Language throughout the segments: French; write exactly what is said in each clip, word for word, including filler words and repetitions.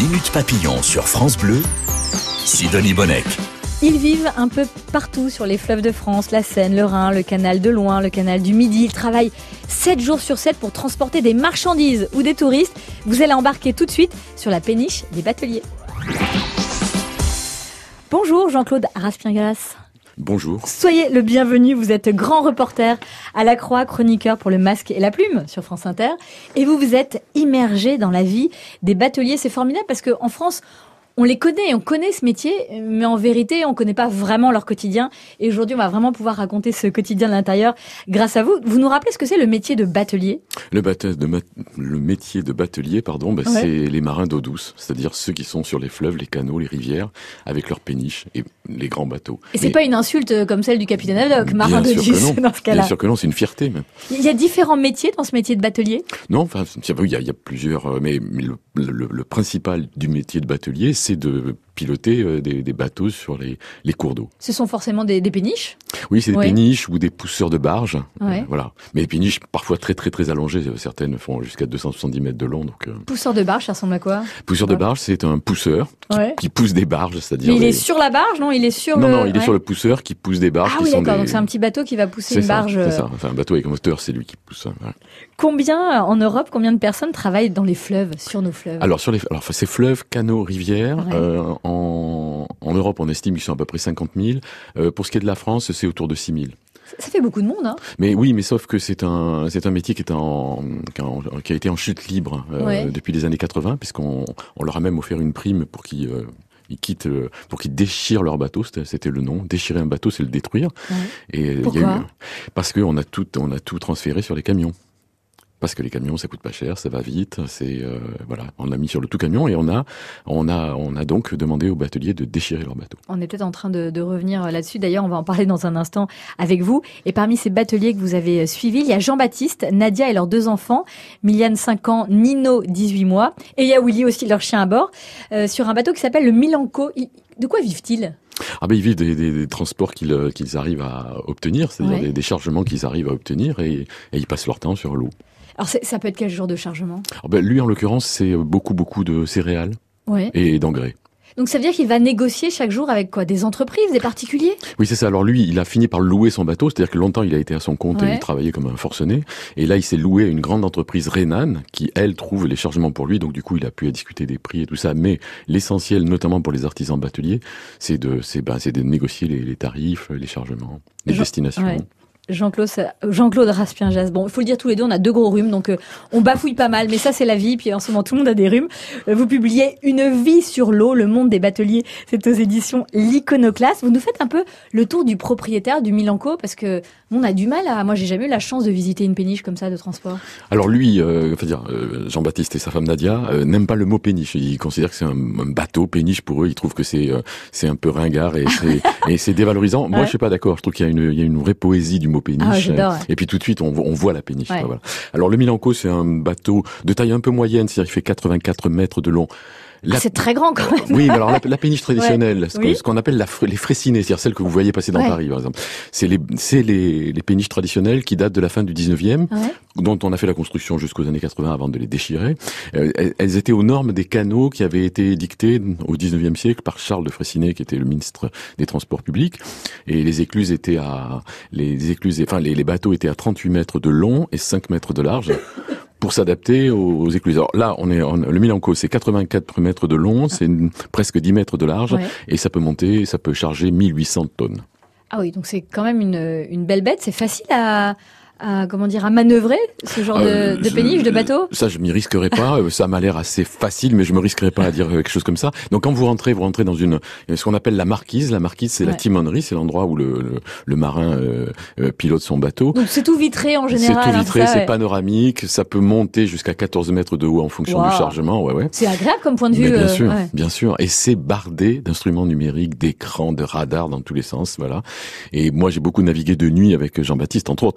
Minute Papillon sur France Bleu, Sidonie Bonnec. Ils vivent un peu partout sur les fleuves de France, la Seine, le Rhin, le canal de Loing, le canal du Midi. Ils travaillent sept jours sur sept pour transporter des marchandises ou des touristes. Vous allez embarquer tout de suite sur la péniche des bateliers. Bonjour Jean-Claude Raspien-Galas. Bonjour. Soyez le bienvenu, vous êtes grand reporter à la Croix, chroniqueur pour le Masque et la Plume sur France Inter. Et vous vous êtes immergé dans la vie des bateliers. C'est formidable parce qu'en France, on les connaît, on connaît ce métier, mais en vérité, on ne connaît pas vraiment leur quotidien. Et aujourd'hui, on va vraiment pouvoir raconter ce quotidien de l'intérieur grâce à vous. Vous nous rappelez ce que c'est le métier de batelier ? Le, bate- de mat- le métier de batelier, pardon, bah, Ouais. c'est les marins d'eau douce, c'est-à-dire ceux qui sont sur les fleuves, les canaux, les rivières, avec leurs péniches et les grands bateaux. Et c'est Mais pas une insulte comme celle du capitaine Haddock, marin de bien sûr que douce, non. dans ce cas-là. Bien sûr que non, c'est une fierté même. Il y a différents métiers dans ce métier de batelier ? Non, enfin, il y a, il y a plusieurs, euh, mais, mais le, le, le principal du métier de batelier, c'est de piloter euh, des, des bateaux sur les, les cours d'eau. Ce sont forcément des, des péniches ? Oui, c'est des Ouais. péniches ou des pousseurs de barges. Ouais. Euh, voilà. Mais les péniches, parfois très très très allongées. Certaines font jusqu'à deux cent soixante-dix mètres de long. Donc, euh... Pousseur de barge, ça ressemble à quoi ? pousseur Ouais. de barge, c'est un pousseur qui, Ouais. qui pousse des barges, c'est-à-dire. Mais il les- est sur la barge, non ? Il est sur Non, le... non, il est Ouais. sur le pousseur qui pousse des barges. Ah qui oui, sont d'accord, des... donc c'est un petit bateau qui va pousser C'est une ça, barge. c'est ça. Enfin, un bateau avec un moteur, c'est lui qui pousse. hein, voilà. Combien, en Europe, combien de personnes travaillent dans les fleuves, sur nos fleuves ? Alors sur les, alors enfin, ces fleuves, canaux, rivières, Ouais. euh, en, en Europe, on estime qu'ils sont à peu près cinquante mille. Euh, pour ce qui est de la France, c'est autour de six mille. Ça fait beaucoup de monde, hein ? Mais oui, mais sauf que c'est un, c'est un métier qui est en, qui a, en- qui a été en chute libre euh, Ouais. depuis les années quatre-vingts, puisqu'on on leur a même offert une prime pour qu'ils euh, ils quittent, euh, pour qu'ils déchirent leur bateau. C'était, c'était le nom. Déchirer un bateau, c'est le détruire. Ouais. Et euh, il y a Pourquoi eu, parce qu'on a tout, on a tout transféré sur les camions. Parce que les camions, ça coûte pas cher, ça va vite. C'est euh, voilà, on l'a mis sur le tout camion et on a, on a, on a donc demandé aux bateliers de déchirer leur bateau. On est peut-être en train de, de revenir là-dessus. D'ailleurs, on va en parler dans un instant avec vous. Et parmi ces bateliers que vous avez suivis, il y a Jean-Baptiste, Nadia et leurs deux enfants, Miliane cinq ans, Nino dix-huit mois, et il y a Willy aussi, leur chien à bord, euh, sur un bateau qui s'appelle le Milanco. Il- De quoi vivent-ils ? Ah ben ils vivent des, des, des transports qu'ils, euh, qu'ils arrivent à obtenir, c'est-à-dire Ouais. des, des chargements qu'ils arrivent à obtenir et, et ils passent leur temps sur l'eau. Alors, c'est- ça peut être quel genre de chargement ? Ah ben, lui en l'occurrence c'est beaucoup beaucoup de céréales Ouais. et d'engrais. Donc, ça veut dire qu'il va négocier chaque jour avec quoi ? Des entreprises, des particuliers ? Oui c'est ça. Alors lui il a fini par louer son bateau, c'est-à-dire que longtemps il a été à son compte Ouais. et il travaillait comme un forcené. Et là il s'est loué à une grande entreprise rhénane qui elle trouve les chargements pour lui. Donc du coup il a pu discuter des prix et tout ça. Mais l'essentiel notamment pour les artisans bateliers c'est de, c'est, ben, c'est de négocier les, les tarifs, les chargements, les Jean- destinations. Ouais. Jean-Claude, Jean-Claude Raspien-Jas. Bon, il faut le dire tous les deux, on a deux gros rhumes, donc euh, on bafouille pas mal, mais ça c'est la vie. Puis en ce moment, tout le monde a des rhumes. Euh, vous publiez Une vie sur l'eau, le monde des bateliers. C'est aux éditions L'Iconoclaste. Vous nous faites un peu le tour du propriétaire du Milanco, parce que nous, on a du mal à. Moi, j'ai jamais eu la chance de visiter une péniche comme ça de transport. Alors lui, euh, enfin dire, euh, Jean-Baptiste et sa femme Nadia euh, n'aiment pas le mot péniche. Ils considèrent que c'est un, un bateau péniche pour eux. Ils trouvent que c'est euh, c'est un peu ringard et c'est et c'est dévalorisant. Moi, Ouais. je suis pas d'accord. Je trouve qu'il y a une il y a une vraie poésie du mot péniche. Ah, j'adore, ouais. Et puis tout de suite, on, vo- on voit la péniche. Ouais. quoi, voilà. Alors le Milanco, c'est un bateau de taille un peu moyenne, c'est-à-dire qu'il fait quatre-vingt-quatre mètres de long. La- Ah, c'est très grand quand même. Oui, mais alors la, la péniche traditionnelle, ce qu'on Oui. ce qu'on appelle la, fr- les fraissinées, c'est-à-dire celles que vous voyez passer dans Ouais. Paris, par exemple. C'est les, c'est les, les péniches traditionnelles qui datent de la fin du dix-neuvième, Ouais. dont on a fait la construction jusqu'aux années quatre-vingts avant de les déchirer. Euh, elles, elles étaient aux normes des canaux qui avaient été dictés au dix-neuvième siècle par Charles de Fraissinet, qui était le ministre des Transports publics. Et les écluses étaient à, les écluses, enfin les, les bateaux étaient à trente-huit mètres de long et cinq mètres de large. Pour s'adapter aux, aux écluses. Alors là, on est en, le Milanco, c'est quatre-vingt-quatre mètres de long, c'est une- presque dix mètres de large, Ouais. et ça peut monter, ça peut charger mille huit cents tonnes. Ah oui, donc c'est quand même une, une belle bête. C'est facile à, à comment dire à manœuvrer ce genre Euh, de, de je- péniche, de bateau. Ça, je m'y risquerai pas. Euh, Ça m'a l'air assez facile, mais je me risquerai pas à dire quelque chose comme ça. Donc, quand vous rentrez, vous rentrez dans une ce qu'on appelle la marquise. La marquise, c'est Ouais. la timonerie, c'est l'endroit où le, le, le marin euh, euh, pilote son bateau. Donc c'est tout vitré en C'est général. tout hein, vitré, ça, c'est ouais. panoramique, ça peut monter jusqu'à quatorze mètres de haut en fonction Wow. du chargement. Ouais, ouais. C'est agréable comme point de vue. Mais bien euh, sûr, ouais. bien sûr. Et c'est bardé d'instruments numériques, d'écrans, de radars dans tous les sens, voilà. Et moi, j'ai beaucoup navigué de nuit avec Jean-Baptiste, entre autres, de nuit.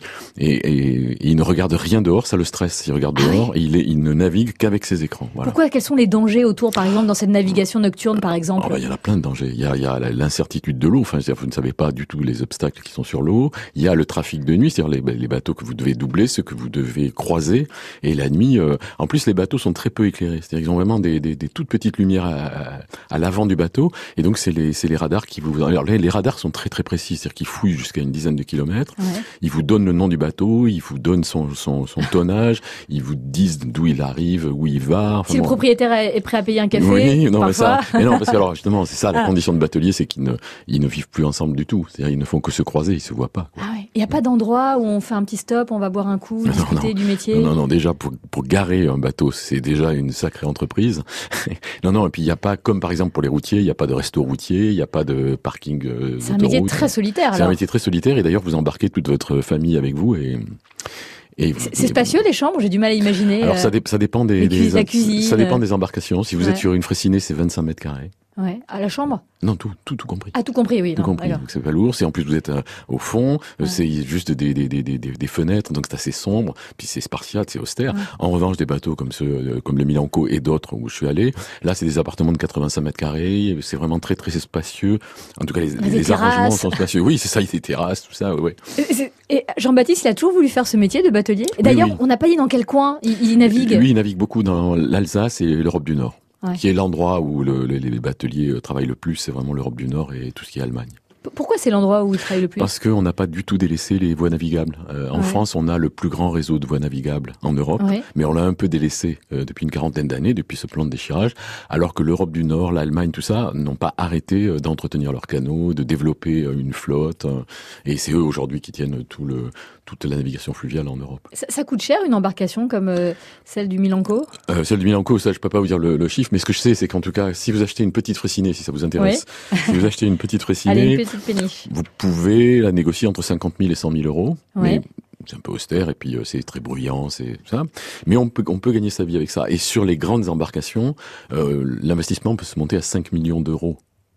et, et, et il ne regarde rien dehors, ça le stresse. Il regarde dehors ah oui. et il, est, il ne navigue qu'avec ses écrans. Voilà. Pourquoi? Quels sont les dangers autour, par exemple, dans cette navigation nocturne, par exemple? Oh bah, il y en a plein de dangers. Il y a, il y a l'incertitude de l'eau. Enfin, vous ne savez pas du tout les obstacles qui sont sur l'eau. Il y a le trafic de nuit, c'est-à-dire les, les bateaux que vous devez doubler, ceux que vous devez croiser. Et la nuit, euh, en plus, les bateaux sont très peu éclairés. C'est-à-dire qu'ils ont vraiment des, des, des toutes petites lumières à, à, à l'avant du bateau. Et donc, c'est les, c'est les radars qui vous... Alors, les, les radars sont très très précis, c'est-à-dire qu'ils fouillent jusqu'à une dizaine de kilomètres. Ouais. Ils vous donnent le nom du bateau, ils vous donnent son, son, son tonnage, ils vous disent d'où il arrive, où il va. Enfin, si bon. Le propriétaire est prêt à payer un café, oui, non, parfois... mais ça, mais non, parce que alors justement, c'est ça la ah. condition de batelier, c'est qu'ils ne, ils ne vivent plus ensemble du tout. C'est-à-dire, ils ne font que se croiser, ils se voient pas. Quoi. Ah ouais. Il n'y a pas d'endroit où on fait un petit stop, on va boire un coup, non, discuter non. du métier. Non, non, non. Déjà pour pour garer un bateau, c'est déjà une sacrée entreprise. non, non. Et puis il n'y a pas, comme par exemple pour les routiers, il n'y a pas de resto routier, il n'y a pas de parking. Euh, c'est un métier très solitaire. C'est alors. un métier très solitaire. Et d'ailleurs, vous embarquez toute votre famille avec vous et. Et c'est, c'est spacieux les chambres, j'ai du mal à imaginer. Alors ça, dé, ça dépend des, des la cuisine, ça dépend des embarcations. Si vous ouais. êtes sur une Fraissinet, c'est vingt-cinq mètres carrés. Ouais, à la chambre. Non, tout, tout, tout compris. Ah, tout compris, oui. Tout non, compris. Donc, c'est pas lourd. C'est en plus vous êtes euh, au fond. Ouais. C'est juste des, des, des, des, des fenêtres, donc c'est assez sombre. Puis c'est spartiate, c'est austère. Ouais. En revanche, des bateaux comme ceux, euh, comme le Milanco et d'autres où je suis allé, là, c'est des appartements de quatre-vingt-cinq mètres carrés. C'est vraiment très, très spacieux. En tout cas, les, les, les arrangements sont spacieux. Oui, c'est ça. Il y a des terrasses, tout ça. Ouais. Et, et Jean-Baptiste, il a toujours voulu faire ce métier de batelier. Et d'ailleurs, oui, oui. on n'a pas dit dans quel coin il, il navigue. Lui, il navigue beaucoup dans l'Alsace et l'Europe du Nord. Ouais. Qui est l'endroit où le, les, les bateliers travaillent le plus, c'est vraiment l'Europe du Nord et tout ce qui est Allemagne. Pourquoi c'est l'endroit où ils travaillent le plus? Parce qu'on n'a pas du tout délaissé les voies navigables. Euh, en ouais. France, on a le plus grand réseau de voies navigables en Europe, ouais. mais on l'a un peu délaissé euh, depuis une quarantaine d'années, depuis ce plan de déchirage, alors que l'Europe du Nord, l'Allemagne, tout ça, n'ont pas arrêté euh, d'entretenir leurs canaux, de développer euh, une flotte, euh, et c'est eux aujourd'hui qui tiennent tout le, toute la navigation fluviale en Europe. Ça, ça coûte cher une embarcation comme euh, celle du Milanco? euh, Celle du Milanco, ça je peux pas vous dire le, le chiffre, mais ce que je sais, c'est qu'en tout cas, si vous achetez une petite Fraissinet, si ça vous intéresse, ouais. si vous achetez une petite Fraissinet, Allez, une petite péniche. Vous pouvez la négocier entre cinquante mille et cent mille euros. Ouais. Mais c'est un peu austère et puis euh, c'est très bruyant, c'est ça. Mais on peut, on peut gagner sa vie avec ça. Et sur les grandes embarcations, euh, l'investissement peut se monter à cinq millions d'euros.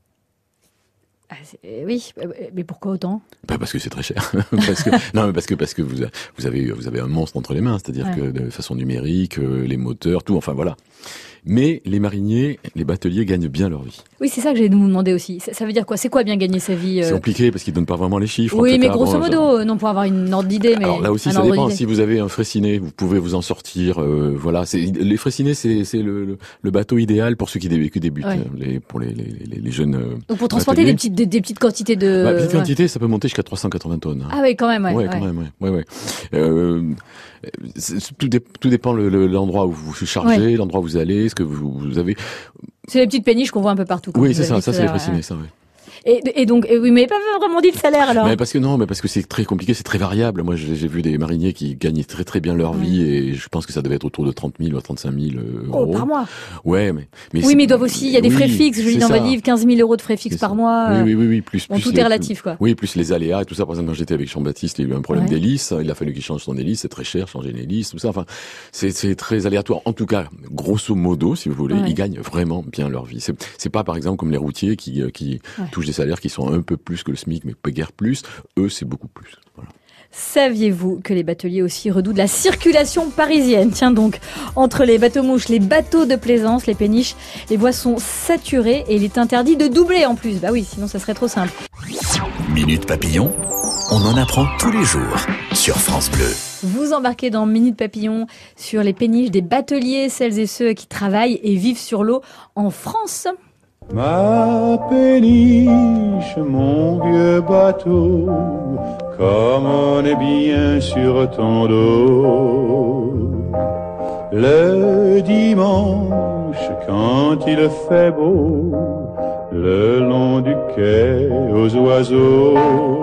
Ah, oui, mais pourquoi autant? Bah parce que c'est très cher. parce que, non, mais parce que parce que vous vous avez vous avez un monstre entre les mains, c'est-à-dire ouais. que de façon numérique, les moteurs, tout, enfin voilà. Mais les mariniers, les bateliers gagnent bien leur vie. Oui, c'est ça que j'allais nous demander aussi. Ça, ça veut dire quoi? C'est quoi bien gagner sa vie? euh... C'est compliqué parce qu'ils donnent pas vraiment les chiffres. Oui, mais cas, grosso bon, modo, genre... non, pour avoir une ordre d'idée. Mais alors là aussi, ça dépend. Si vous avez un Fraissinet, vous pouvez vous en sortir. Euh, voilà, c'est les Fraissinet, c'est c'est le, le le bateau idéal pour ceux qui, dé, qui débutent, ouais. les pour les les les, les jeunes. Euh, Donc pour transporter des petites des, des petites quantités de. Bah, petites ouais. quantités, ça peut monter jusqu'à trois cent quatre-vingts tonnes. Ah oui, quand même, ouais. Ouais, ouais. quand même, ouais, ouais, ouais. Euh, tout, dé, tout dépend le, le, l'endroit où vous chargez, ouais. l'endroit où vous allez, ce que vous, vous avez. C'est les petites péniches qu'on voit un peu partout. Oui, c'est ça, ça c'est les Fraissinet, ça, ouais. Et, et donc, et oui, mais pas vraiment dit le salaire alors. Mais parce que non, mais parce que c'est très compliqué, c'est très variable. Moi, j'ai, j'ai vu des mariniers qui gagnaient très très bien leur vie, ouais. et je pense que ça devait être autour de trente mille ou trente-cinq mille euros. Oh, par mois. Ouais, mais, mais oui, mais ils doivent aussi, il y a des oui, frais fixes. Je lis dans votre livre, quinze mille euros de frais fixes par mois. Oui, oui, oui, oui, plus, bon, plus. Tout les, est relatif, quoi. Oui, plus les aléas et tout ça. Par exemple, quand j'étais avec Jean-Baptiste, il y a eu un problème ouais. d'hélice. Il a fallu qu'il change son hélice. C'est très cher, changer une hélice, tout ça. Enfin, c'est, c'est très aléatoire. En tout cas, grosso modo, si vous voulez, ouais. ils gagnent vraiment bien leur vie. C'est, c'est pas, par exemple, comme les routiers qui, qui ouais. touchent des salaires qui sont un peu plus que le SMIC, mais pas guère plus. Eux, c'est beaucoup plus. Voilà. Saviez-vous que les bateliers aussi redoutent la circulation parisienne? Tiens donc, entre les bateaux-mouches, les bateaux de plaisance, les péniches, les voies sont saturées et il est interdit de doubler en plus. Bah oui, sinon ça serait trop simple. Minute Papillon, on en apprend tous les jours sur France Bleu. Vous embarquez dans Minute Papillon sur les péniches des bateliers, celles et ceux qui travaillent et vivent sur l'eau en France. Ma péniche, mon vieux bateau, comme on est bien sur ton dos. Le dimanche, quand il fait beau, le long du quai aux oiseaux.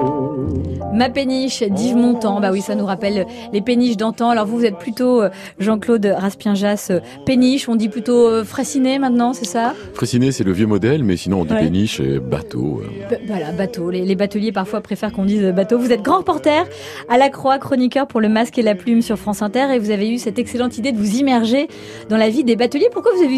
Ma péniche d'Yves Montand, bah oui, ça nous rappelle les péniches d'antan. Alors vous, vous êtes plutôt Jean-Claude Raspienjas, péniche, on dit plutôt Fraissinet maintenant, c'est ça? Fraissinet, c'est le vieux modèle, mais sinon on dit ouais. péniche et bateau. Euh. B- voilà, bateau. Les, les bateliers parfois préfèrent qu'on dise bateau. Vous êtes grand reporter à la Croix, chroniqueur pour le Masque et la Plume sur France Inter, et vous avez eu cette excellente idée de vous immerger dans la vie des bateliers. Pourquoi vous avez eu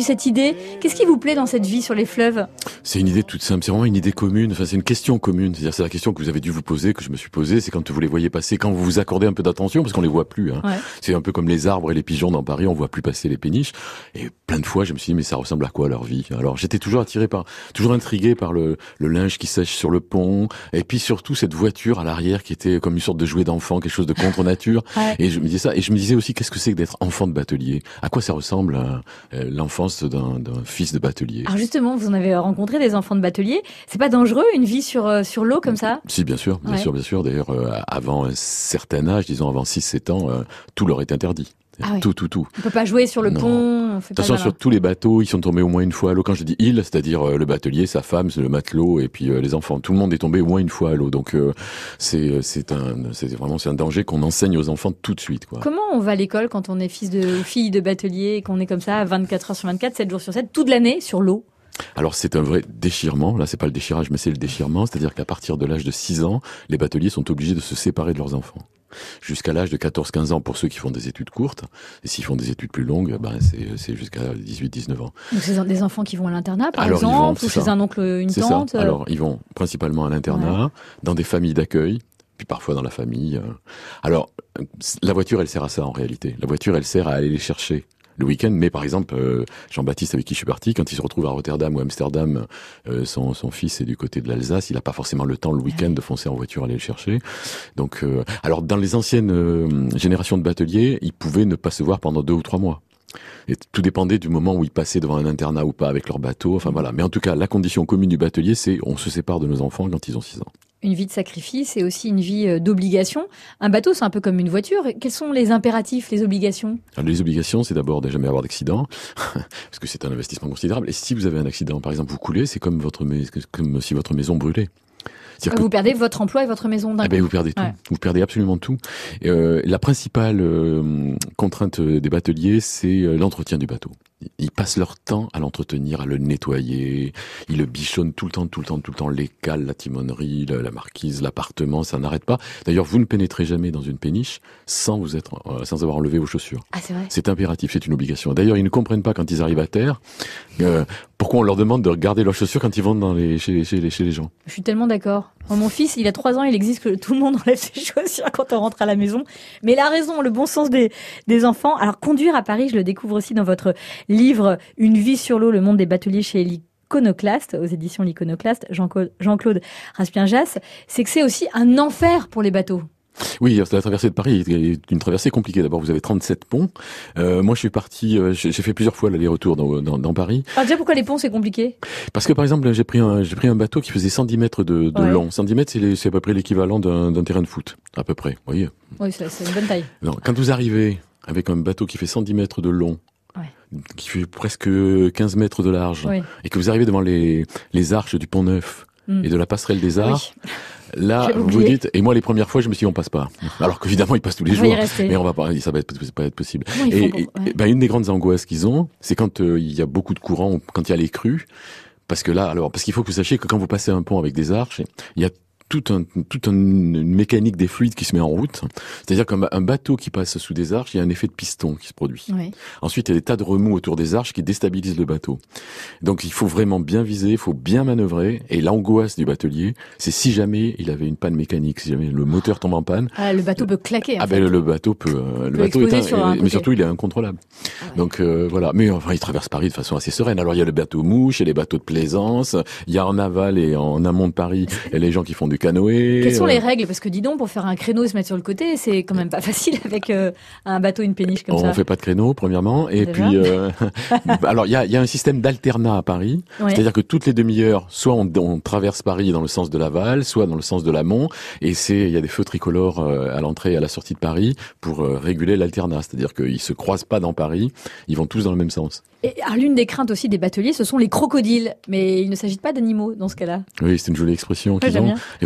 eu cette idée? Qu'est-ce qui vous plaît dans cette vie sur les fleuves? C'est une idée toute simple, c'est vraiment une idée commune, enfin c'est une question commune, c'est-à-dire c'est la question que vous avez dû vous poser, que je me suis posée, c'est quand vous les voyez passer, quand vous vous accordez un peu d'attention, parce qu'on les voit plus, hein. Ouais. C'est un peu comme les arbres et les pigeons dans Paris, on voit plus passer les péniches, et plein de fois je me suis dit mais ça ressemble à quoi leur vie? Alors j'étais toujours attiré par, toujours intrigué par le, le linge qui sèche sur le pont, et puis surtout cette voiture à l'arrière qui était comme une sorte de jouet d'enfant, quelque chose de contre nature, Ouais. et je me disais ça, et je me disais aussi qu'est-ce que c'est que d'être enfant de batelier? À quoi ça ressemble euh, l'enfance d'un, d'un fils de batelier? Alors justement, vous en avez rencontré des enfants de batelier. C'est pas dangereux une vie sur euh, sur l'eau comme ça? Si, bien sûr, bien Ouais. sûr, bien sûr. D'ailleurs, euh, avant un certain âge, disons avant six sept ans, euh, tout leur est interdit. Ah ouais. Tout, tout, tout. On peut pas jouer sur le Non. pont. On fait De toute pas façon, le sur tous les bateaux, ils sont tombés au moins une fois à l'eau. Quand je dis ils, c'est-à-dire euh, le batelier, sa femme, le matelot et puis euh, les enfants. Tout le monde est tombé au moins une fois à l'eau. Donc euh, c'est c'est un c'est vraiment c'est un danger qu'on enseigne aux enfants tout de suite, quoi. Comment on va à l'école quand on est fils de ou fille de batelier et qu'on est comme ça vingt-quatre heures sur vingt-quatre, sept jours sur sept, toute l'année sur l'eau? Alors c'est un vrai déchirement. Là, c'est pas le déchirage, mais c'est le déchirement. C'est-à-dire qu'à partir de l'âge de six ans, les bateliers sont obligés de se séparer de leurs enfants. Jusqu'à l'âge de quatorze quinze ans pour ceux qui font des études courtes. Et s'ils font des études plus longues, ben c'est, c'est jusqu'à dix-huit dix-neuf ans. Donc c'est des enfants qui vont à l'internat, par Alors, ils vont, exemple, c'est ou chez ça. un oncle, une C'est tante. ça. euh, Alors, ils vont principalement à l'internat, dans des familles d'accueil, puis parfois dans la famille. euh. Alors, euh, la voiture, elle sert à ça en réalité. La voiture, elle sert à aller les chercher le week-end. Mais par exemple, euh, Jean-Baptiste, avec qui je suis parti, quand il se retrouve à Rotterdam ou Amsterdam, euh, son, son fils est du côté de l'Alsace, il n'a pas forcément le temps le week-end de foncer en voiture aller le chercher. Donc, euh, alors dans les anciennes euh, générations de bateliers, ils pouvaient ne pas se voir pendant deux ou trois mois. Et tout dépendait du moment où ils passaient devant un internat ou pas avec leur bateau. Enfin voilà. Mais en tout cas, la condition commune du batelier, c'est on se sépare de nos enfants quand ils ont six ans. Une vie de sacrifice et aussi une vie euh, d'obligation. Un bateau, c'est un peu comme une voiture. Quels sont les impératifs, les obligations? Alors, les obligations, c'est d'abord de jamais avoir d'accident, parce que c'est un investissement considérable. Et si vous avez un accident, par exemple, vous coulez, c'est comme votre mais- comme si votre maison brûlait. C'est-à-dire que Vous perdez votre emploi et votre maison d'un Eh ben, coup. vous perdez tout. Ouais. Vous perdez absolument tout. Et, euh, la principale euh, contrainte des bateliers, c'est euh, l'entretien du bateau. Ils passent leur temps à l'entretenir, à le nettoyer. Ils le bichonnent tout le temps, tout le temps, tout le temps. Les cales, la timonerie, la, la marquise, l'appartement, ça n'arrête pas. D'ailleurs, vous ne pénétrez jamais dans une péniche sans vous être, euh, sans avoir enlevé vos chaussures. Ah, c'est vrai. C'est impératif, c'est une obligation. D'ailleurs, ils ne comprennent pas quand ils arrivent à terre euh, pourquoi on leur demande de garder leurs chaussures quand ils vont dans les, chez, chez, les, chez les gens. Je suis tellement d'accord. Moi, mon fils, il a trois ans, il existe que tout le monde enlève ses chaussures quand on rentre à la maison. Mais il a raison, le bon sens des, des enfants. Alors, conduire à Paris, je le découvre aussi dans votre livre « Une vie sur l'eau, le monde des bateliers » chez l'Iconoclaste, aux éditions l'Iconoclaste, Jean-Claude, Jean-Claude Raspien-Jass. C'est que c'est aussi un enfer pour les bateaux. Oui, la traversée de Paris est une traversée compliquée. D'abord, vous avez trente-sept ponts. Euh, moi, je suis parti, euh, j'ai j'ai fait plusieurs fois l'aller-retour dans, dans, dans Paris. Alors déjà, pourquoi les ponts, c'est compliqué? Parce que, par exemple, j'ai pris un, j'ai pris un bateau qui faisait cent dix mètres de, de Ouais. long. cent dix mètres, c'est les- c'est à peu près l'équivalent d'un d'un terrain de foot. À peu près, vous voyez. Oui, c'est c'est une bonne taille. Non, quand vous arrivez avec un bateau qui fait cent dix mètres de long, Ouais. qui fait presque quinze mètres de large, Oui. et que vous arrivez devant les, les arches du Pont Neuf Mm. et de la passerelle des Arts, Oui. là, J'avais vous vous oublié. dites, et moi, les premières fois, je me suis dit, on passe pas. Alors qu'évidemment, ils passent tous les On va y jours. rester. Mais on va pas, ça va être, ça va pas être possible. Comment ils Et, font et- pour- ouais. et ben, une des grandes angoisses qu'ils ont, c'est quand euh, il y a beaucoup de courant, quand il y a les crues. Parce que là, alors, parce qu'il faut que vous sachiez que quand vous passez un pont avec des arches, il y a tout un, toute un- une mécanique des fluides qui se met en route. C'est-à-dire qu'un ba- un bateau qui passe sous des arches, il y a un effet de piston qui se produit. Oui. Ensuite, il y a des tas de remous autour des arches qui déstabilisent le bateau. Donc, il faut vraiment bien viser, il faut bien manœuvrer. Et l'angoisse du batelier, c'est si jamais il avait une panne mécanique, si jamais le moteur tombe en panne, Ah, le bateau peut claquer. en ah fait. ben le bateau peut, euh, le Peut bateau est exploser un- sur un mais côté. surtout il est incontrôlable. Ah ouais. Donc euh, voilà. Mais enfin, il traverse Paris de façon assez sereine. Alors il y a le bateau mouche, il y a les bateaux de plaisance, il y a en aval et en amont de Paris les gens qui font du canoë. Quelles sont euh, les règles? Parce que dis donc, pour faire un créneau et se mettre sur le côté, c'est quand même pas facile avec euh, un bateau, une péniche comme On ça. fait pas de créneau, premièrement. Et Déjà. puis, euh, alors il y a, il y a un système d'alternat à Paris. Ouais. C'est-à-dire que toutes les demi-heures, soit on, on traverse Paris dans le sens de l'aval, soit dans le sens de l'amont. Et c'est, il y a des feux tricolores euh, à l'entrée et à la sortie de Paris pour euh, réguler l'alternat. C'est-à-dire qu'ils se croisent pas dans Paris, ils vont tous dans le même sens. Et alors, l'une des craintes aussi des bateliers, ce sont les crocodiles. Mais il ne s'agit pas d'animaux dans ce cas-là. Oui, c'est une jolie expression Ouais, qu'ils j'aime ont. bien. Les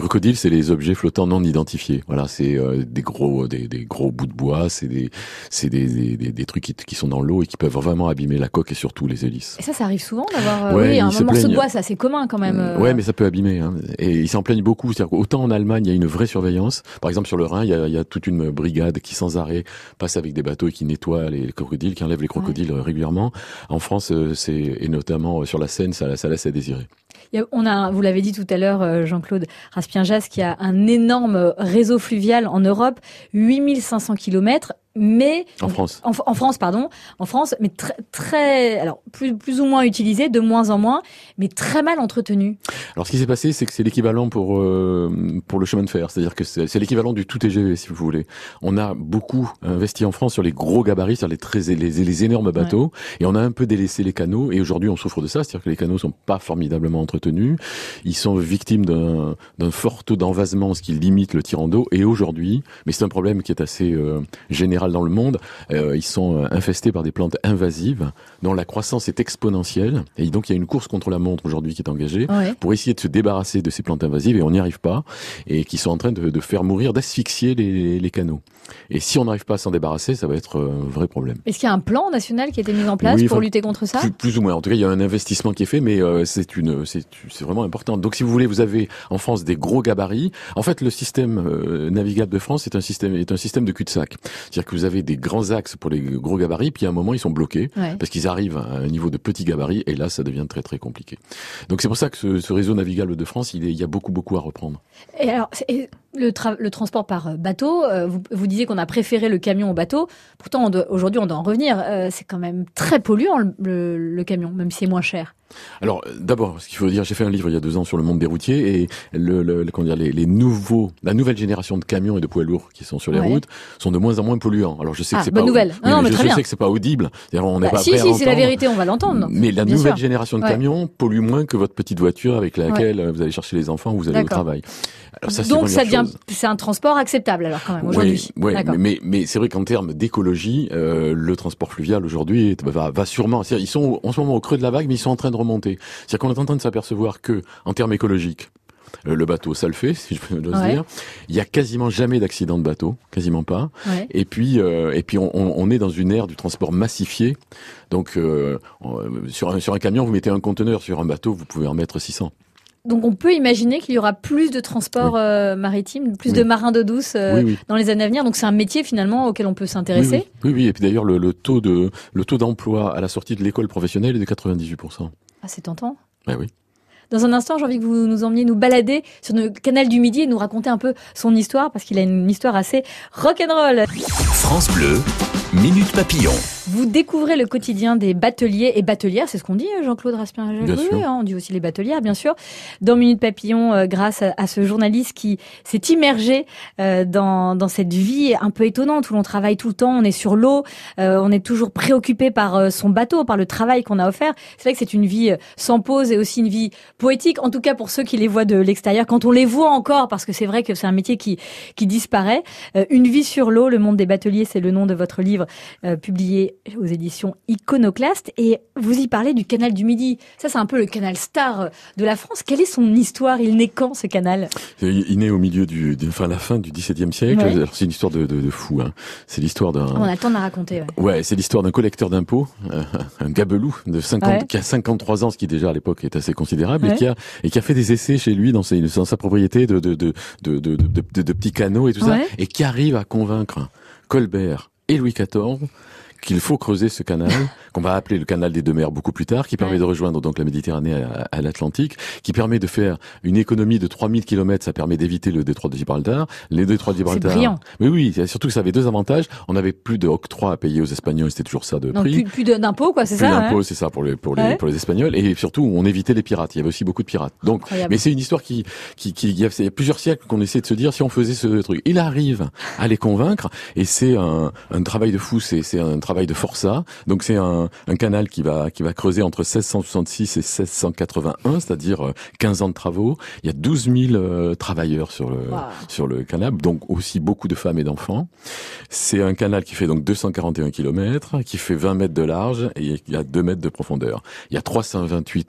crocodiles, c'est les objets flottants non identifiés. Voilà, c'est euh, des gros, des, des gros bouts de bois, c'est des, c'est des, des, des, des trucs qui, qui sont dans l'eau et qui peuvent vraiment abîmer la coque et surtout les hélices. Et ça, ça arrive souvent d'avoir, ouais, oui, un morceau plaignent. de bois, c'est assez commun quand même. Euh... Ouais, mais ça peut abîmer. Hein. Et ils s'en plaignent beaucoup. C'est-à-dire qu'autant en Allemagne, il y a une vraie surveillance. Par exemple, sur le Rhin, il y a, il y a toute une brigade qui sans arrêt passe avec des bateaux et qui nettoie les crocodiles, qui enlève les crocodiles ouais. régulièrement. En France, c'est et notamment sur la Seine, ça, ça laisse à désirer. Il y a, on a, vous l'avez dit tout à l'heure, Jean-Claude Raspien-Jas, qui a un énorme réseau fluvial en Europe, huit mille cinq cents kilomètres. Mais en France, en, en France, pardon, en France, mais très, très, alors plus, plus ou moins utilisé, de moins en moins, mais très mal entretenu. Alors, ce qui s'est passé, c'est que c'est l'équivalent pour euh, pour le chemin de fer, c'est-à-dire que c'est, c'est l'équivalent du tout T G V, si vous voulez. On a beaucoup investi en France sur les gros gabarits, sur les très les, les énormes bateaux, ouais. et on a un peu délaissé les canaux. Et aujourd'hui, on souffre de ça, c'est-à-dire que les canaux sont pas formidablement entretenus. Ils sont victimes d'un d'un fort taux d'envasement, ce qui limite le tirant d'eau. Et aujourd'hui, mais c'est un problème qui est assez euh, général dans le monde, euh, ils sont infestés par des plantes invasives dont la croissance est exponentielle et donc il y a une course contre la montre aujourd'hui qui est engagée ouais. pour essayer de se débarrasser de ces plantes invasives et on n'y arrive pas et qui sont en train de, de faire mourir, d'asphyxier les, les canaux. Et si on n'arrive pas à s'en débarrasser, ça va être un vrai problème. Est-ce qu'il y a un plan national qui a été mis en place oui, pour lutter contre ça ? plus, plus ou moins. En tout cas, il y a un investissement qui est fait, mais euh, c'est une, c'est, c'est vraiment important. Donc, si vous voulez, vous avez en France des gros gabarits. En fait, le système euh, navigable de France est un système, est un système de cul-de-sac. C'est-à-dire que vous avez des grands axes pour les gros gabarits, puis à un moment, ils sont bloqués ouais. parce qu'ils arrivent à un niveau de petits gabarits, et là, ça devient très très compliqué. Donc, c'est pour ça que ce, ce réseau navigable de France, il, est, il y a beaucoup beaucoup à reprendre. Et alors, c'est, le, tra- le transport par bateau, euh, vous, vous disiez qu'on a préféré le camion au bateau. Pourtant, on doit, aujourd'hui, on doit en revenir. Euh, c'est quand même très polluant le, le, le camion, même si c'est moins cher. Alors, d'abord, ce qu'il faut dire, j'ai fait un livre il y a deux ans sur le monde des routiers et le, le, le comment dire, les, les nouveaux, la nouvelle génération de camions et de poids lourds qui sont sur les ouais. routes sont de moins en moins polluants. Alors, je sais ah, que c'est bonne pas, nouvelle. Oui, non, mais je, très je bien. sais que c'est pas audible. C'est-à-dire, on n'est bah, pas si, prêt si, à c'est la vérité, on va l'entendre. Mais la bien nouvelle sûr. génération de ouais. camions pollue moins que votre petite voiture avec laquelle ouais. vous allez chercher les enfants ou vous allez D'accord. au travail. Alors, ça, donc, ça devient, chose. c'est un transport acceptable, alors, quand même, aujourd'hui. Oui, ouais, mais, mais, mais c'est vrai qu'en termes d'écologie, euh, le transport fluvial aujourd'hui va, va sûrement, c'est-à-dire, ils sont en ce moment au creux de la vague, mais ils sont en train de remonter. C'est-à-dire qu'on est en train de s'apercevoir que, en termes écologiques, le bateau, ça le fait, si je peux le ouais. dire. Il y a quasiment jamais d'accident de bateau, quasiment pas. Ouais. Et puis, euh, et puis, on, on est dans une ère du transport massifié. Donc, euh, sur un sur un camion, vous mettez un conteneur, sur un bateau, vous pouvez en mettre six cents. Donc on peut imaginer qu'il y aura plus de transport oui. euh, maritime, plus oui. de marins d'eau douce euh, oui, oui. dans les années à venir. Donc c'est un métier finalement auquel on peut s'intéresser. Oui, oui, oui, oui. Et puis d'ailleurs le, le taux de le taux d'emploi à la sortie de l'école professionnelle est de quatre-vingt-dix-huit pour cent. Ah, c'est tentant. Ben oui. Dans un instant, j'ai envie que vous nous emmeniez nous balader sur le canal du Midi et nous raconter un peu son histoire parce qu'il a une histoire assez rock'n'roll. France Bleu, Minute Papillon. Vous découvrez le quotidien des bateliers et batelières, c'est ce qu'on dit, Jean-Claude Raspien. Bien oui, sûr. Hein, on dit aussi les batelières, bien sûr. Dans Minute Papillon, euh, grâce à, à ce journaliste qui s'est immergé euh, dans, dans cette vie un peu étonnante où l'on travaille tout le temps, on est sur l'eau, euh, on est toujours préoccupé par euh, son bateau, par le travail qu'on a offert. C'est vrai que c'est une vie sans pause et aussi une vie poétique, en tout cas pour ceux qui les voient de l'extérieur. Quand on les voit encore, parce que c'est vrai que c'est un métier qui, qui disparaît. Euh, une vie sur l'eau, le monde des bateliers, c'est le nom de votre livre euh, publié aux éditions Iconoclaste, et vous y parlez du canal du Midi. Ça, c'est un peu le canal star de la France. Quelle est son histoire ? Il naît quand, ce canal ? Il naît au milieu du, de, enfin, la fin du dix-septième siècle. Ouais. Alors, c'est une histoire de, de, de fou, hein. C'est l'histoire d'un... On a le temps de la raconter, ouais. Ouais, c'est l'histoire d'un collecteur d'impôts, un, un gabelou de cinquante, ouais. qui a cinquante-trois ans, ce qui déjà à l'époque est assez considérable, ouais. et qui a, et qui a fait des essais chez lui dans, ses, dans sa propriété de, de, de, de, de, de, de, de, de petits canaux et tout ouais. ça, et qui arrive à convaincre Colbert et Louis quatorze qu'il faut creuser ce canal, qu'on va appeler le canal des deux mers beaucoup plus tard, qui permet ouais. de rejoindre donc la Méditerranée à, à l'Atlantique, qui permet de faire une économie de trois mille kilomètres, ça permet d'éviter le détroit de Gibraltar. Les détroits de Gibraltar. C'est brillant. Mais oui, surtout que ça avait deux avantages. On n'avait plus d'octroi à payer aux Espagnols, c'était toujours ça de Donc prix. Plus, plus d'impôts, quoi, c'est plus ça. Plus d'impôts, ouais. c'est ça pour les, pour les, ouais. pour les Espagnols. Et surtout, on évitait les pirates. Il y avait aussi beaucoup de pirates. Donc, Incroyable. mais c'est une histoire qui, qui, qui, il y a, il y a plusieurs siècles qu'on essaie de se dire si on faisait ce truc. Il arrive à les convaincre, et c'est un, un travail de fou, c'est, c'est un travail de forçat. Donc c'est un, un canal qui va qui va creuser entre seize cent soixante-six et seize cent quatre-vingt-un, c'est-à-dire quinze ans de travaux. Il y a douze mille euh, travailleurs sur le wow. sur le canal, donc aussi beaucoup de femmes et d'enfants. C'est un canal qui fait donc deux cent quarante et un kilomètres, qui fait vingt mètres de large et il y a deux mètres de profondeur. Il y a trois cent vingt-huit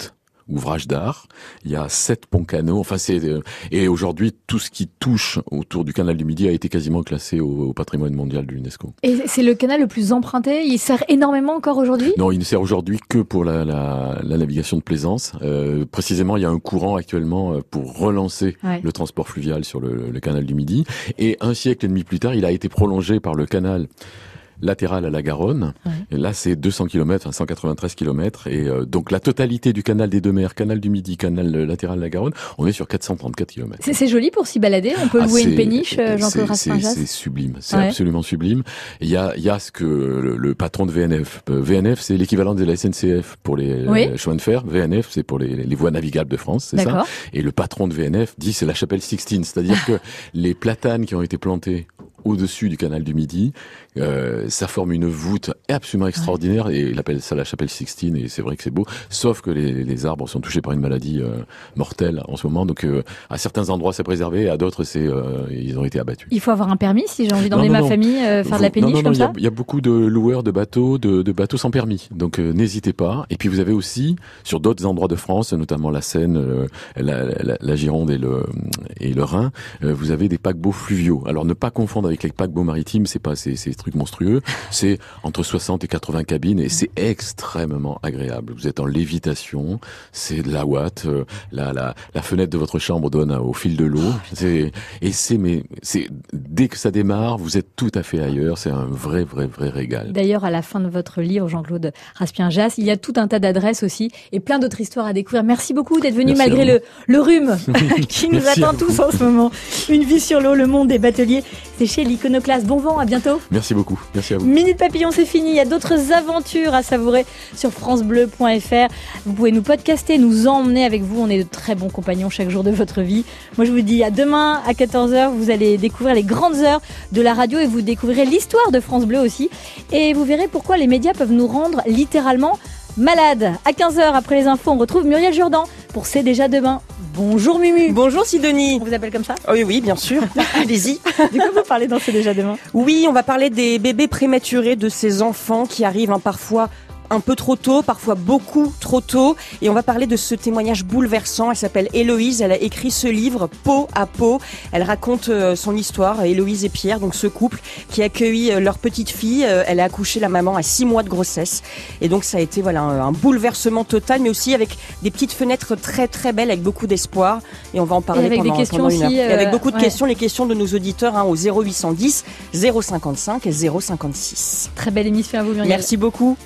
ouvrages d'art. Il y a sept ponts canaux. Enfin, c'est euh, et aujourd'hui tout ce qui touche autour du canal du Midi a été quasiment classé au, au patrimoine mondial de l'UNESCO. Et c'est le canal le plus emprunté. Il sert énormément encore aujourd'hui. Non, il ne sert aujourd'hui que pour la, la, la navigation de plaisance. Euh, précisément, il y a un courant actuellement pour relancer ouais. le transport fluvial sur le, le canal du Midi. Et un siècle et demi plus tard, il a été prolongé par le canal latéral à la Garonne. Ouais. Et là, c'est deux cents kilomètres, cent quatre-vingt-treize kilomètres. Et euh, donc, la totalité du canal des Deux Mers, canal du Midi, canal latéral à la Garonne, on est sur quatre cent trente-quatre kilomètres. C'est, c'est joli pour s'y balader. On peut ah, louer une péniche, Jean-Claude Raspail-Jass. C'est sublime. C'est ouais. absolument sublime. Il y a, il y a ce que le, le patron de V N F. V N F, c'est l'équivalent de la S N C F pour les, oui. les chemins de fer. V N F, c'est pour les, les voies navigables de France, c'est D'accord. ça. Et le patron de V N F dit c'est la chapelle Sixtine. C'est-à-dire que les platanes qui ont été plantés au-dessus du canal du Midi, euh, ça forme une voûte absolument extraordinaire ouais. et il appelle ça la chapelle Sixtine et c'est vrai que c'est beau, sauf que les, les arbres sont touchés par une maladie euh, mortelle en ce moment, donc euh, à certains endroits c'est préservé, à d'autres c'est euh, ils ont été abattus. Il faut avoir un permis si j'ai envie d'emmener ma non. famille euh, faire vous, de la péniche non, non, comme non, ça. Il y, y a beaucoup de loueurs de bateaux, de, de bateaux sans permis, donc euh, n'hésitez pas. Et puis vous avez aussi sur d'autres endroits de France, notamment la Seine, euh, la, la, la Gironde et le et le Rhin, euh, vous avez des paquebots fluviaux. Alors ne pas confondre avec les paquebots maritimes, c'est pas ces, ces trucs monstrueux, c'est entre soixante et quatre-vingts cabines et c'est extrêmement agréable. Vous êtes en lévitation, c'est de la ouate, euh, la, la, la fenêtre de votre chambre donne au fil de l'eau, c'est, et c'est, mais, c'est, dès que ça démarre, vous êtes tout à fait ailleurs, c'est un vrai, vrai, vrai régal. D'ailleurs, à la fin de votre livre, Jean-Claude Raspail-Jass, il y a tout un tas d'adresses aussi et plein d'autres histoires à découvrir. Merci beaucoup d'être venu Merci malgré le, le rhume qui nous Merci attend tous en ce moment. Une vue sur l'eau, le monde des bateliers, c'est chez l'Iconoclaste. Bon vent, à bientôt. Merci beaucoup. Merci à vous. Minute Papillon, c'est fini. Il y a d'autres aventures à savourer sur francebleu point f r. Vous pouvez nous podcaster, nous emmener avec vous. On est de très bons compagnons chaque jour de votre vie. Moi, je vous dis à demain à quatorze heures. Vous allez découvrir les grandes heures de la radio et vous découvrirez l'histoire de France Bleu aussi. Et vous verrez pourquoi les médias peuvent nous rendre littéralement malades. À quinze heures, après les infos, on retrouve Muriel Jourdan pour C'est déjà demain. Bonjour Mumu. Bonjour Sidonie. On vous appelle comme ça ? Oui, oui, bien sûr. Allez-y. Du coup, vous parlez dans C'est déjà demain ? Oui, on va parler des bébés prématurés, de ces enfants qui arrivent hein, parfois un peu trop tôt, parfois beaucoup trop tôt. Et on va parler de ce témoignage bouleversant. Elle s'appelle Héloïse. Elle a écrit ce livre, Peau à peau. Elle raconte euh, son histoire, Héloïse et Pierre, donc ce couple qui a accueilli euh, leur petite fille. Euh, elle a accouché la maman à six mois de grossesse. Et donc ça a été voilà un, un bouleversement total, mais aussi avec des petites fenêtres très très belles, avec beaucoup d'espoir. Et on va en parler avec pendant, des questions pendant une heure. aussi, euh, et avec beaucoup de ouais. questions, les questions de nos auditeurs hein, au zéro huit cent dix, zéro cinquante-cinq et zéro cinquante-six. Très belle émission à vous, Muriel. Merci beaucoup.